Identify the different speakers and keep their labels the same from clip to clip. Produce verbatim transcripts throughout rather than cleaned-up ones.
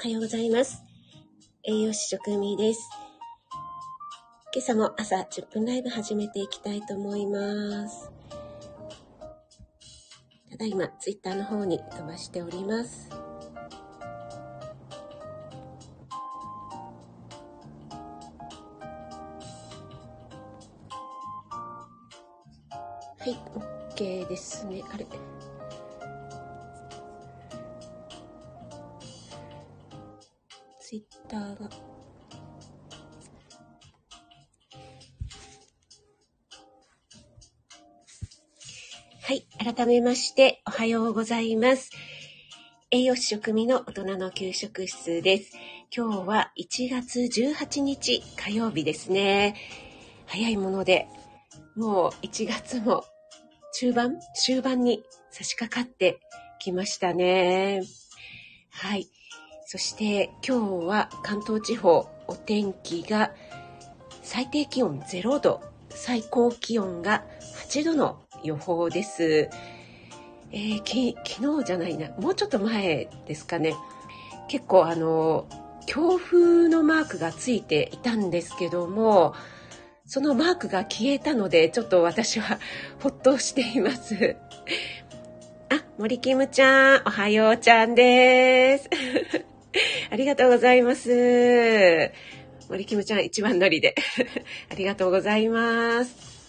Speaker 1: はようございます。栄養士食味です。今朝も朝じゅっぷんライブ始めていきたいと思います。ただいまツイッターの方に飛ばしております。はい、OK ですね。あれツイッターがはい、改めましておはようございます。栄養士食味の大人の給食室です。今日はいちがつじゅうはちにち火曜日ですね。早いものでもういちがつも中盤終盤に差し掛かってきましたね。はい。そして今日は関東地方お天気が最低気温ゼロど、最高気温がはちどの予報です。えー、き昨日じゃないな、もうちょっと前ですかね。結構あの強風のマークがついていたんですけども、そのマークが消えたのでちょっと私はほっとしています。あ、森キムちゃん、おはようちゃんです。ありがとうございます。森キムちゃん一番乗りでありがとうございます。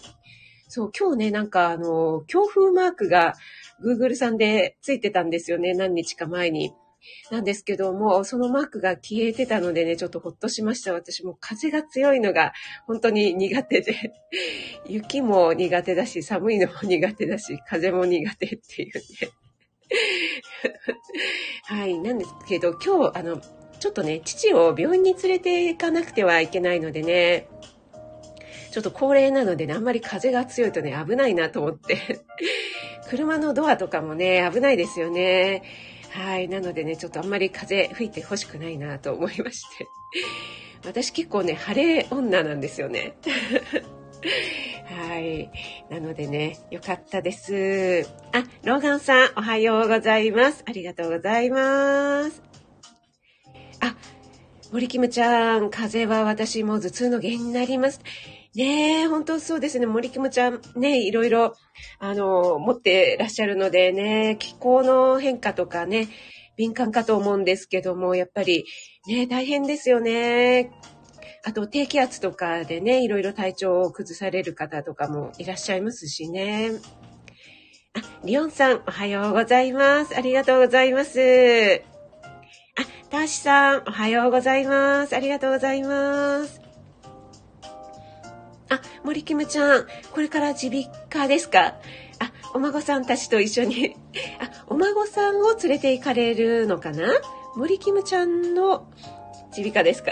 Speaker 1: そう、今日ね、なんかあの強風マークが Google さんでついてたんですよね。何日か前に。なんですけども、そのマークが消えてたのでね、ちょっとほっとしました。私も風が強いのが本当に苦手で、雪も苦手だし、寒いのも苦手だし、風も苦手っていうね。はい、なんですけど、今日、あの、ちょっとね、父を病院に連れて行かなくてはいけないのでね、ちょっと高齢なのでね、あんまり風が強いとね、危ないなと思って。車のドアとかもね、危ないですよね。はい。なのでね、ちょっとあんまり風吹いてほしくないなと思いまして。私結構ね、晴れ女なんですよね。はい。なのでね、よかったです。あ、ローガンさん、おはようございます。ありがとうございます。あ、森キムちゃん、風邪は私も頭痛の原因になります。ねえ、本当そうですね。森キムちゃん、ね、いろいろ、あの、持ってらっしゃるのでね、気候の変化とかね、敏感かと思うんですけども、やっぱり、ね、大変ですよね。あと、低気圧とかでね、いろいろ体調を崩される方とかもいらっしゃいますしね。あ、リオンさん、おはようございます。ありがとうございます。あ、ターシさん、おはようございます。ありがとうございます。あ、森キムちゃん、これから耳鼻科ですか？あ、お孫さんたちと一緒に。あ、お孫さんを連れて行かれるのかな？森キムちゃんの耳鼻科ですか？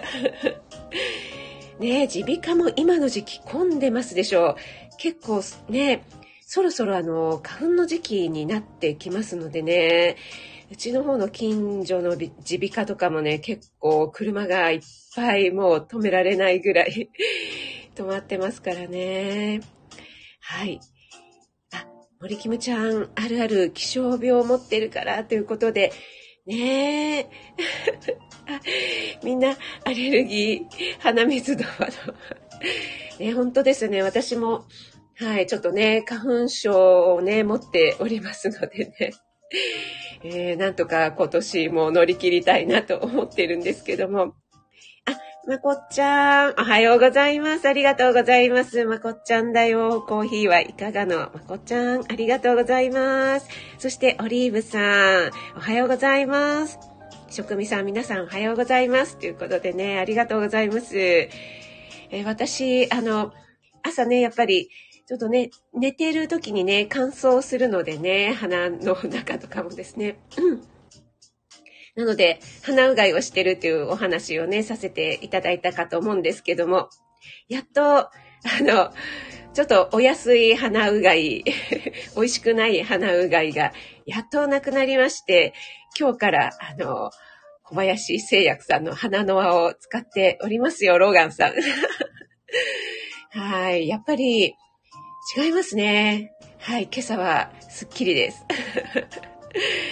Speaker 1: ねえ、耳鼻科も今の時期混んでますでしょう。結構ね、そろそろあの、花粉の時期になってきますのでね、うちの方の近所の耳鼻科とかもね、結構車がいっぱいもう止められないぐらい止まってますからね。はい。あ、森キムちゃん、あるある気象病を持ってるからということで、ねえ。あ、みんなアレルギー、鼻水のね、本当ですね。私も、はい、ちょっとね、花粉症をね、持っておりますのでね。えー、なんとか今年も乗り切りたいなと思ってるんですけども。あ、まこっちゃん、おはようございます。ありがとうございます。まこっちゃんだよ。コーヒーはいかがの？まこっちゃん、ありがとうございます。そしてオリーブさん、おはようございます。食味さん、皆さんおはようございます。ということでね、ありがとうございます。えー、私、あの、朝ね、やっぱり、ちょっとね、寝ている時にね、乾燥するのでね、鼻の中とかもですね。うん。なので、鼻うがいをしてるっていうお話をね、させていただいたかと思うんですけども、やっと、あの、ちょっとお安い鼻うがい、美味しくない鼻うがいが、やっとなくなりまして、今日から、あの、小林製薬さんの鼻の輪を使っておりますよ、ローガンさん。はい、やっぱり違いますね。はい、今朝はすっきりです。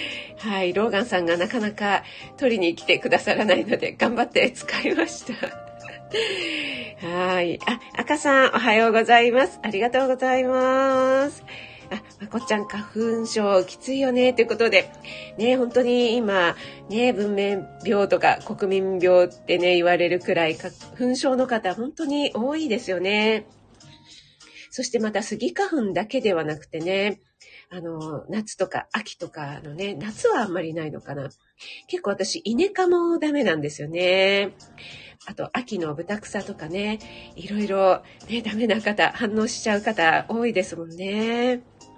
Speaker 1: はい、ローガンさんがなかなか取りに来てくださらないので頑張って使いました。はい。あ、赤さんおはようございます。ありがとうございます。あ、まこっちゃん花粉症きついよねということで、ね、本当に今、ね、文明病とか国民病ってね、言われるくらい花粉症の方本当に多いですよね。そしてまたスギ花粉だけではなくてね、あの、夏とか秋とかのね、夏はあんまりないのかな。結構私、イネ科もダメなんですよね。あと、秋のブタクサとかね、いろいろね、ダメな方、反応しちゃう方多いですもんね。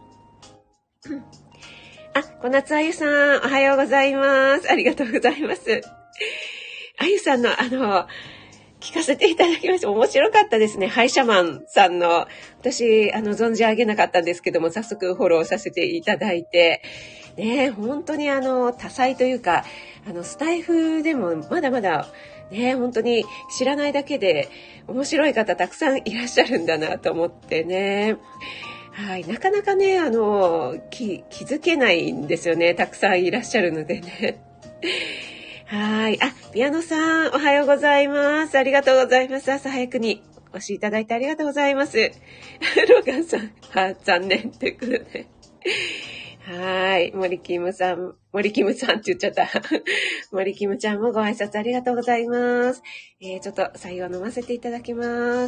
Speaker 1: あ、小夏あゆさん、おはようございます。ありがとうございます。あゆさんの、あの、聞かせていただきました。面白かったですね。歯医者マンさんの、私、あの、存じ上げなかったんですけども、早速フォローさせていただいて、ね、本当にあの、多彩というか、あの、スタイフでもまだまだ、ね、本当に知らないだけで面白い方たくさんいらっしゃるんだなと思ってね。はい、なかなかね、あの、気、気づけないんですよね。たくさんいらっしゃるのでね。はい。あ、ピアノさん、おはようございます。ありがとうございます。朝早くにお越しいただいてありがとうございます。ローガンさん、は、残念ということで。はい。森キムさん、森キムさんって言っちゃった。森キムちゃんもご挨拶ありがとうございます。えー、ちょっと最後飲ませていただきます。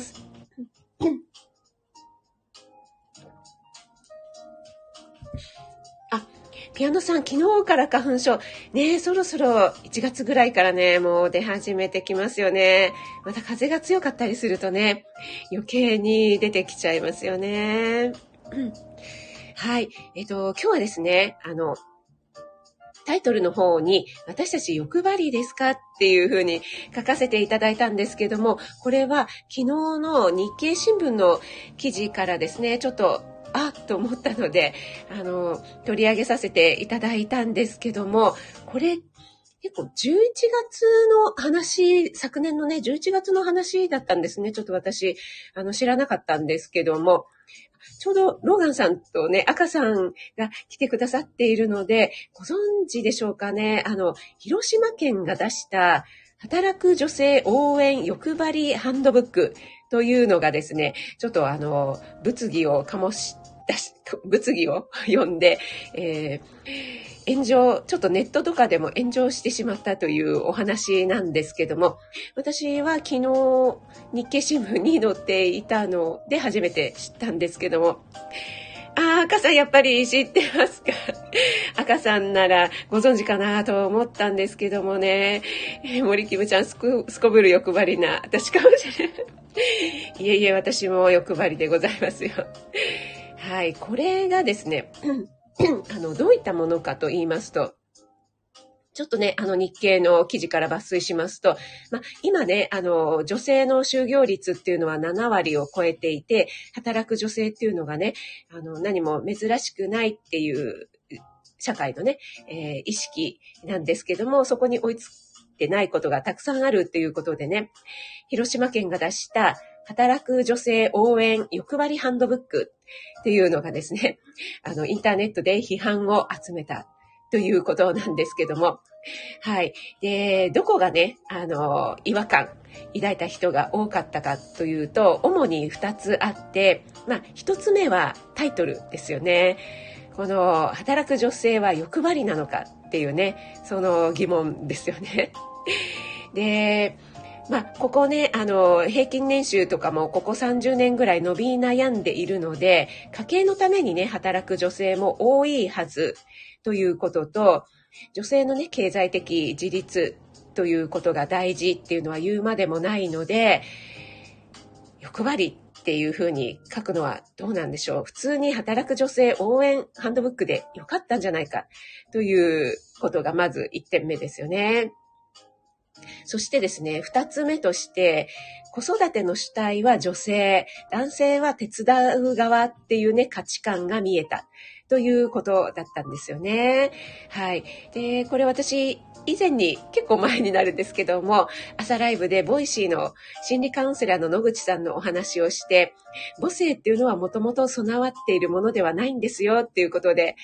Speaker 1: ピアノさん、昨日から花粉症。ね、そろそろいちがつぐらいからね、もう出始めてきますよね。また風が強かったりするとね、余計に出てきちゃいますよね。はい。えっと、今日はですね、あの、タイトルの方に、私たち欲張りですかっていう風に書かせていただいたんですけども、これは昨日の日経新聞の記事からですね、ちょっとあっと思ったので、あの、取り上げさせていただいたんですけども、これ、結構じゅういちがつの話、昨年のね、じゅういちがつの話だったんですね。ちょっと私、あの、知らなかったんですけども、ちょうどローガンさんとね、赤さんが来てくださっているので、ご存知でしょうかね。あの、広島県が出した働く女性応援欲張りハンドブックというのがですね、ちょっとあの、物議を醸し出し、物議を読んで、えー炎上、ちょっとネットとかでも炎上してしまったというお話なんですけども、私は昨日日経新聞に載っていたので初めて知ったんですけども、あー、赤さんやっぱり知ってますか？赤さんならご存知かなと思ったんですけどもね、森キムちゃんすこ、すこぶる欲張りな私かもしれない。いえいえ、私も欲張りでございますよ。はい、これがですね、あの、どういったものかと言いますと、ちょっとね、あの日経の記事から抜粋しますと、まあ、今ね、あの、女性の就業率っていうのはななわりを超えていて、働く女性っていうのがね、あの、何も珍しくないっていう社会のね、えー、意識なんですけども、そこに追いついてないことがたくさんあるっていうことでね、広島県が出した働く女性応援欲張りハンドブックっていうのがですね、あの、インターネットで批判を集めたということなんですけども、はい。で、どこがね、あの、違和感抱いた人が多かったかというと、主にふたつあって、まあ、ひとつめはタイトルですよね。この、働く女性は欲張りなのかっていうね、その疑問ですよね。で、まあ、ここね、あの、平均年収とかもここさんじゅうねんぐらい伸び悩んでいるので、家計のためにね、働く女性も多いはずということと、女性のね、経済的自立ということが大事っていうのは言うまでもないので、欲張りっていうふうに書くのはどうなんでしょう。普通に働く女性応援ハンドブックでよかったんじゃないかということがまずいってんめですよね。そしてですね、二つ目として、子育ての主体は女性、男性は手伝う側っていうね、価値観が見えたということだったんですよね。はい。で、これ私、以前に結構前になるんですけども、朝ライブでボイシーの心理カウンセラーの野口さんのお話をして、母性っていうのはもともと備わっているものではないんですよっていうことで、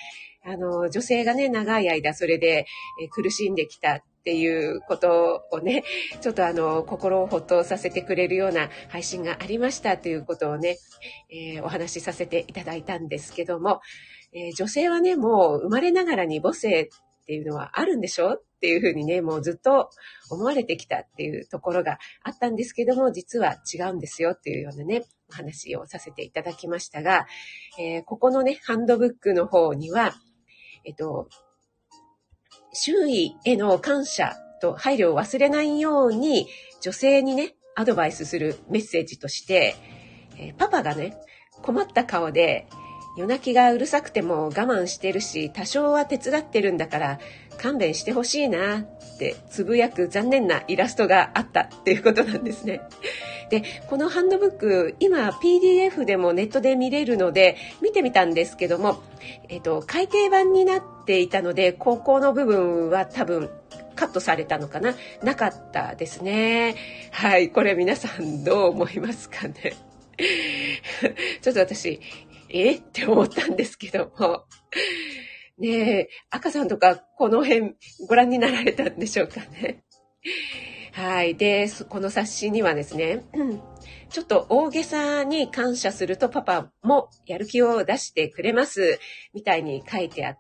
Speaker 1: あの、女性がね、長い間それで、えー苦しんできたっていうことをね、ちょっとあの、心をほっとさせてくれるような配信がありましたということをね、えーお話しさせていただいたんですけども、えー女性はね、もう生まれながらに母性っていうのはあるんでしょっていうふうにね、もうずっと思われてきたっていうところがあったんですけども、実は違うんですよっていうようなね、お話をさせていただきましたが、えーここのね、ハンドブックの方には、えっと、周囲への感謝と配慮を忘れないように、女性にね、アドバイスするメッセージとして、えーパパがね、困った顔で、夜泣きがうるさくても我慢してるし、多少は手伝ってるんだから勘弁してほしいなってつぶやく残念なイラストがあったっていうことなんですね。で、このハンドブック、今 ピーディーエフ でもネットで見れるので見てみたんですけども、えっと、改訂版になっていたので、高校の部分は多分カットされたのかな、なかったですね。はい、これ皆さんどう思いますかね。ちょっと私、えって思ったんですけども。ねえ、赤さんとかこの辺ご覧になられたんでしょうかね。はい。で、この冊子にはですね、ちょっと大げさに感謝するとパパもやる気を出してくれます、みたいに書いてあって、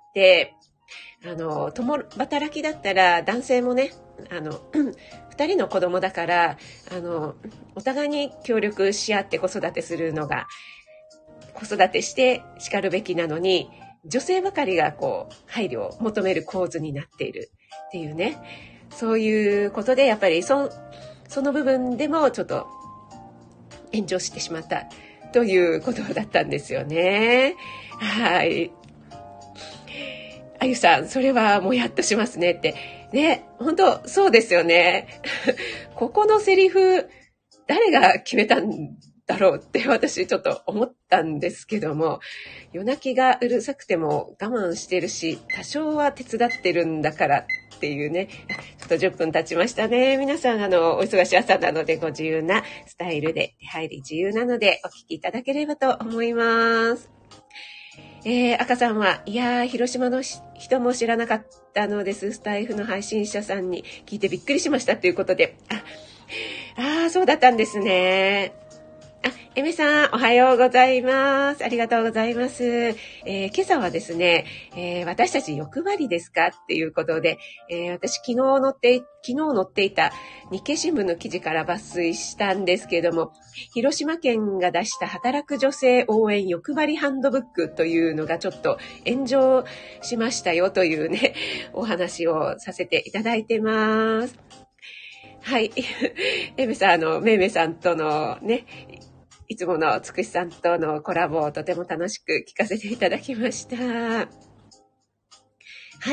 Speaker 1: あの、共働きだったら男性もね、あの、二人の子供だから、あの、お互いに協力し合って子育てするのが、子育てして叱るべきなのに、女性ばかりがこう、配慮を求める構図になっているっていうね。そういうことで、やっぱりそ、その部分でもちょっと炎上してしまったということだったんですよね。はい。あゆさん、それはもやっとしますねって。ね、本当そうですよね。ここのセリフ、誰が決めたんだろうって私ちょっと思ったんですけども、夜泣きがうるさくても我慢してるし、多少は手伝ってるんだからっていうね、ちょっとじゅっぷん経ちましたね。皆さん、あの、お忙しい朝なのでご自由なスタイルで、手入り自由なのでお聞きいただければと思います。えー、赤さんは、いやー、広島の人も知らなかったのです。スタイフの配信者さんに聞いてびっくりしましたということで。あ、あー、そうだったんですね。あ、エメさん、おはようございます。ありがとうございます。えー、今朝はですね、えー、私たち欲張りですかっていうことで、えー、私昨日載って、昨日載っていた日経新聞の記事から抜粋したんですけれども、広島県が出した働く女性応援欲張りハンドブックというのがちょっと炎上しましたよというね、お話をさせていただいてます。はい。エメさん、あの、めいめいさんとのね、いつものつくしさんとのコラボをとても楽しく聞かせていただきました。はい。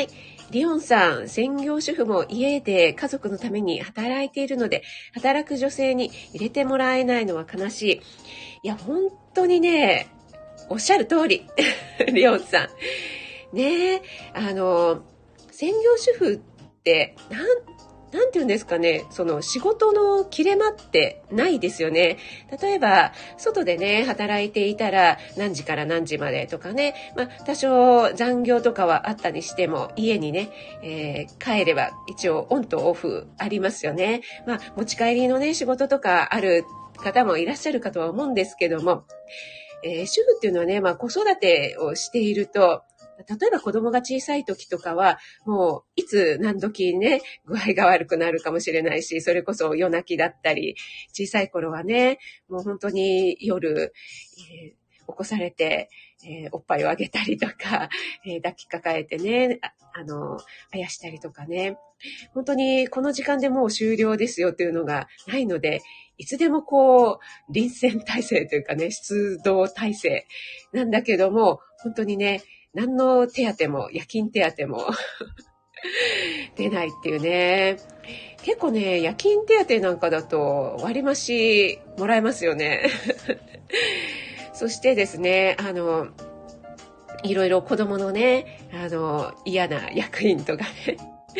Speaker 1: リオンさん、専業主婦も家で家族のために働いているので、働く女性に入れてもらえないのは悲しい。いや、本当にね、おっしゃる通り。リオンさん。ねえ、あの、専業主婦って、なん、なんて言うんですかね、その仕事の切れ間ってないですよね。例えば、外でね、働いていたら何時から何時までとかね、まあ、多少残業とかはあったにしても、家にね、えー、帰れば一応オンとオフありますよね。まあ、持ち帰りのね、仕事とかある方もいらっしゃるかとは思うんですけども、えー、主婦っていうのはね、まあ、子育てをしていると、例えば子供が小さい時とかは、もういつ何時ね、具合が悪くなるかもしれないし、それこそ夜泣きだったり、小さい頃はね、もう本当に夜、えー、起こされて、えー、おっぱいをあげたりとか、えー、抱きかかえてね、あ、あの、あやしたりとかね、本当にこの時間でもう終了ですよというのがないので、いつでもこう、臨戦態勢というかね、出動態勢なんだけども、本当にね、何の手当も、夜勤手当も出ないっていうね。結構ね、夜勤手当なんかだと割増もらえますよね。そしてですね、あの、いろいろ子供のね、あの、嫌な役員とかね、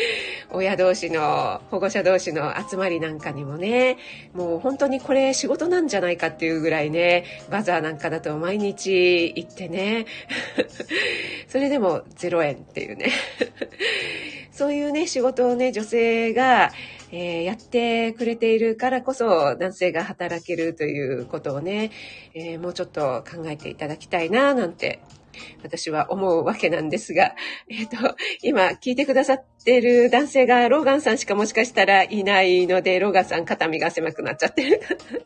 Speaker 1: 親同士の、保護者同士の集まりなんかにもね、もう本当にこれ仕事なんじゃないかっていうぐらいね、バザーなんかだと毎日行ってね、それでもゼロえんっていうね、そういうね、仕事をね、女性が、えーやってくれているからこそ男性が働けるということをね、えーもうちょっと考えていただきたいななんて私は思うわけなんですが、えっと、今聞いてくださってる男性がローガンさんしかもしかしたらいないので、ローガンさん肩身が狭くなっちゃってる。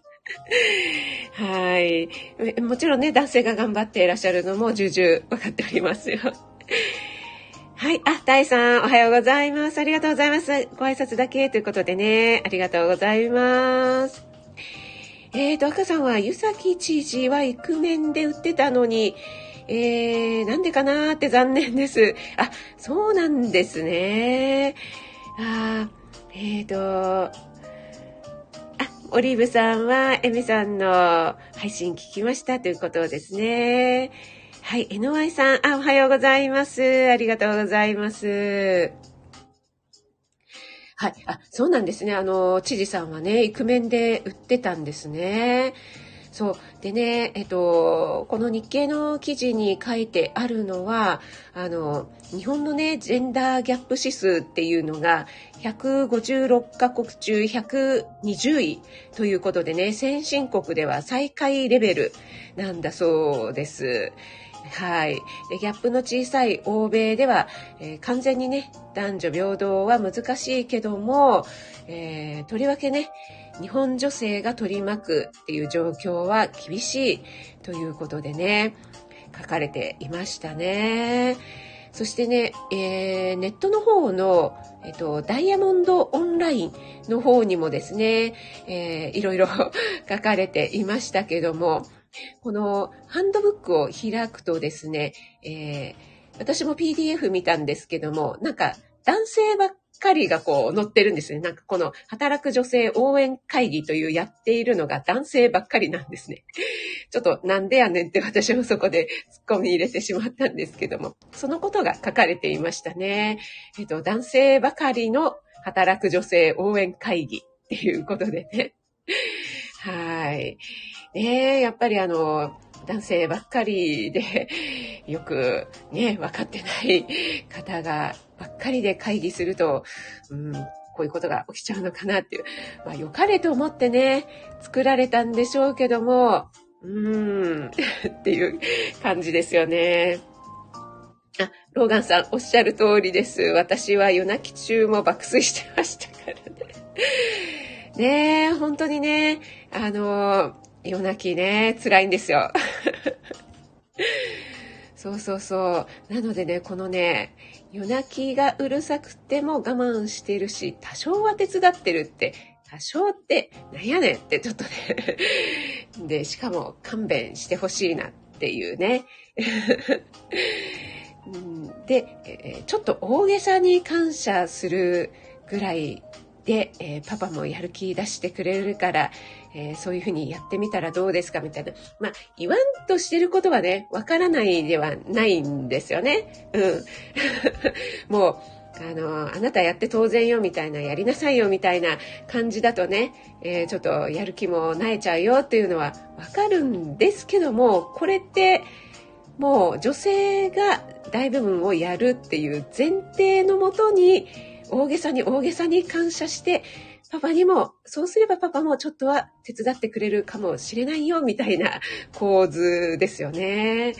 Speaker 1: はい。もちろんね、男性が頑張っていらっしゃるのも重々分かっておりますよ。はい。あ、大さん、おはようございます。ありがとうございます。ご挨拶だけということでね、ありがとうございます。えーと、赤さんは、湯崎知事はイクメンで売ってたのに、えー、なんでかなーって残念です。あ、そうなんですね。あー、えーと、あ、オリーブさんは、エメさんの配信聞きましたということですね。はい、エヌワイ さん、あ、おはようございます。ありがとうございます。はい、あ、そうなんですね。あの、知事さんはね、イクメンで売ってたんですね。そう。でね、えっと、この日経の記事に書いてあるのは、あの、日本のね、ジェンダーギャップ指数っていうのが、ひゃくごじゅうろっカ国中ひゃくにじゅういということでね、先進国では最下位レベルなんだそうです。はい。で、ギャップの小さい欧米では、えー完全にね、男女平等は難しいけども、えーとりわけね、日本女性が取り巻くっていう状況は厳しいということでね、書かれていましたね。そしてね、えーネットの方の、えっと、ダイヤモンドオンラインの方にもですね、えーいろいろ書かれていましたけども、このハンドブックを開くとですね、えー私も ピーディーエフ 見たんですけども、なんか男性ばっかりがこう載ってるんですね。なんかこの働く女性応援会議というやっているのが男性ばっかりなんですね。ちょっとなんでやねんって私もそこで突っ込み入れてしまったんですけども、そのことが書かれていましたね。えっと、男性ばかりの働く女性応援会議っていうことでね。はい。ねえ、やっぱりあの、男性ばっかりで、よくね、分かってない方がばっかりで会議すると、うん、こういうことが起きちゃうのかなっていう。まあ、良かれと思ってね、作られたんでしょうけども、うーん、っていう感じですよね。あ、ローガンさんおっしゃる通りです。私は夜泣き中も爆睡してましたからね。ねえ、本当にね、あの、夜泣きね、辛いんですよ。そうそうそう。なのでね、このね、夜泣きがうるさくても我慢してるし、多少は手伝ってるって、多少ってなんやねんってちょっとね。で、しかも勘弁してほしいなっていうね。で、えーちょっと大げさに感謝するぐらいで、えーパパもやる気出してくれるから、えーそういうふうにやってみたらどうですかみたいな。まあ、言わんとしてることはね、わからないではないんですよね。うん。もう、あの、あなたやって当然よみたいな、やりなさいよみたいな感じだとね、えーちょっとやる気もなえちゃうよっていうのはわかるんですけども、これって、もう女性が大部分をやるっていう前提のもとに大げさに大げさに感謝してパパにもそうすればパパもちょっとは手伝ってくれるかもしれないよみたいな構図ですよね。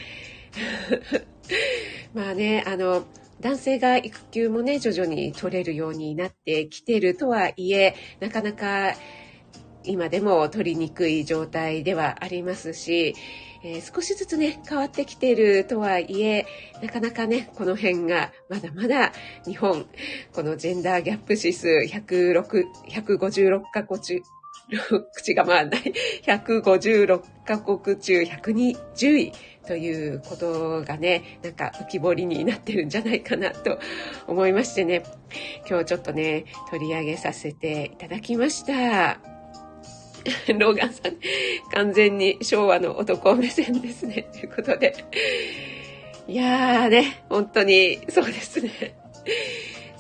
Speaker 1: まあね、あの男性が育休もね徐々に取れるようになってきてるとはいえなかなか今でも取りにくい状態ではありますし、えー少しずつね変わってきているとはいえなかなかねこの辺がまだまだ日本このジェンダーギャップ指数ひゃくろく、ひゃくごじゅうろっカ国中口が回らないひゃくごじゅうろっカ国中ひゃくにじゅういということがねなんか浮き彫りになってるんじゃないかなと思いましてね今日ちょっとね取り上げさせていただきました。ローガンさん、完全に昭和の男目線ですね。ということで。いやーね、本当にそうですね。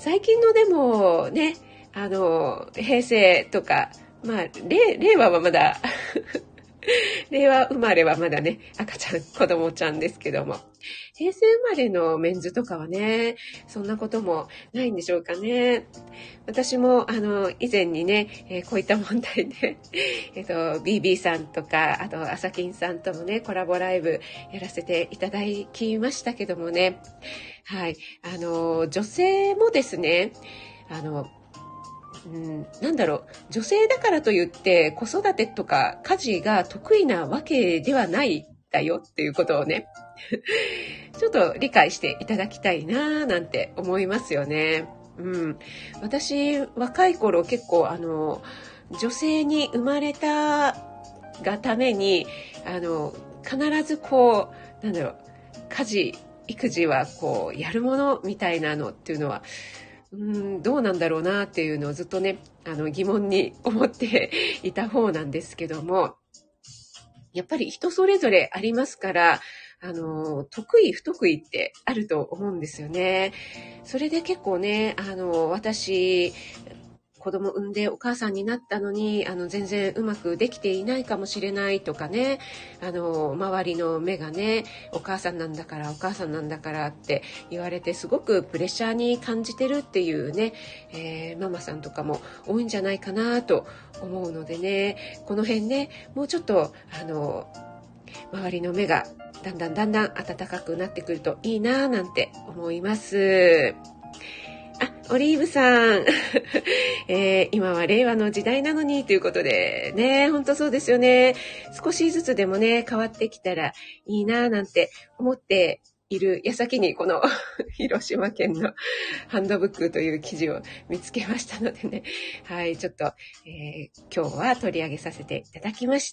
Speaker 1: 最近のでもね、あの、平成とか、まあ、令、令和はまだ、令和生まれはまだね、赤ちゃん、子供ちゃんですけども。平成生まれのメンズとかはね、そんなこともないんでしょうかね。私も、あの、以前にね、えーこういった問題で、えっと、ビービー さんとか、あと、アサキンさんともね、コラボライブやらせていただきましたけどもね。はい。あの、女性もですね、あの、うん、なんだろう、女性だからといって子育てとか家事が得意なわけではないんだよっていうことをね、ちょっと理解していただきたいななんて思いますよね。うん、私若い頃結構あの女性に生まれたがためにあの必ずこうなんだろう家事育児はこうやるものみたいなのっていうのはうーんどうなんだろうなっていうのをずっとねあの疑問に思っていた方なんですけども、やっぱり人それぞれありますから、あの得意不得意ってあると思うんですよね。それで結構ね、あの私子供産んでお母さんになったのに、あの、全然うまくできていないかもしれないとかね、あの、周りの目がね、お母さんなんだから、お母さんなんだからって言われて、すごくプレッシャーに感じてるっていうね、えーママさんとかも多いんじゃないかなと思うのでね、この辺ね、もうちょっと、あの、周りの目がだんだんだんだん暖かくなってくるといいなぁなんて思います。あ、オリーブさん、えー今は令和の時代なのにということでね、本当そうですよね。少しずつでもね、変わってきたらいいななんて思っている矢先にこの広島県のハンドブックという記事を見つけましたのでね、はい、ちょっと、えー今日は取り上げさせていただきました。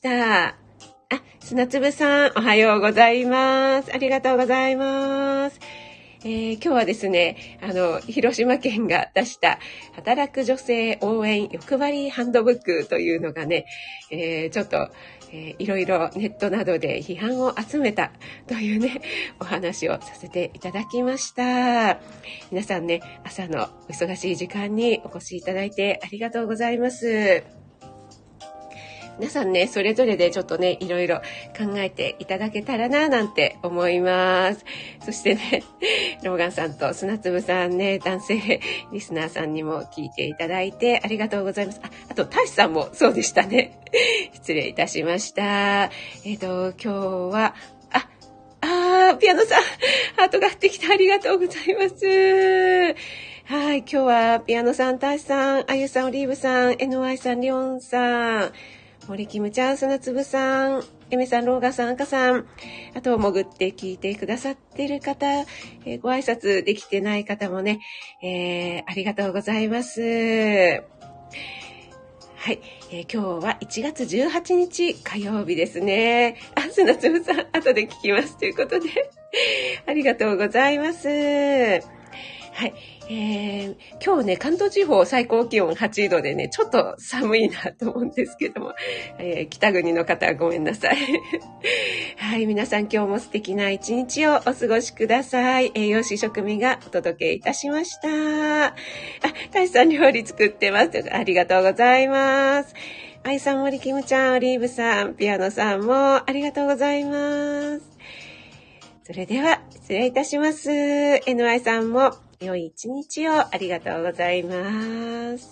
Speaker 1: あ、砂粒さん、おはようございます。ありがとうございます。えー今日はですね、あの、広島県が出した働く女性応援欲張りハンドブックというのがね、えーちょっと、えーいろいろネットなどで批判を集めたというね、お話をさせていただきました。皆さんね、朝のお忙しい時間にお越しいただいてありがとうございます。皆さんね、それぞれでちょっとね、いろいろ考えていただけたらな、なんて思います。そしてね、ローガンさんと砂粒さんね、男性リスナーさんにも聞いていただいてありがとうございます。あ、あと、タシさんもそうでしたね。失礼いたしました。えっと、今日は、あ、あー、ピアノさん、ハートが降ってきてありがとうございます。はい、今日はピアノさん、タシさん、あゆさん、オリーブさん、エヌワイ さん、リョンさん、森キムちゃん、砂粒さん、エメさん、ローガさん、赤さん、あと、潜って聞いてくださってる方、えーご挨拶できてない方もね、えーありがとうございます。はい、えー今日はいちがつじゅうはちにち火曜日ですね。あ、砂粒さん、後で聞きますということで、ありがとうございます。はい、えー今日ね、関東地方最高気温はちどでね、ちょっと寒いなと思うんですけども、えー北国の方はごめんなさい。はい、皆さん今日も素敵な一日をお過ごしください。栄養士食味がお届けいたしました。あ、大志さん料理作ってます。ありがとうございます。愛さん、森キムちゃん、オリーブさん、ピアノさんもありがとうございます。それでは失礼いたします。エヌワイ さんも良い一日をありがとうございます。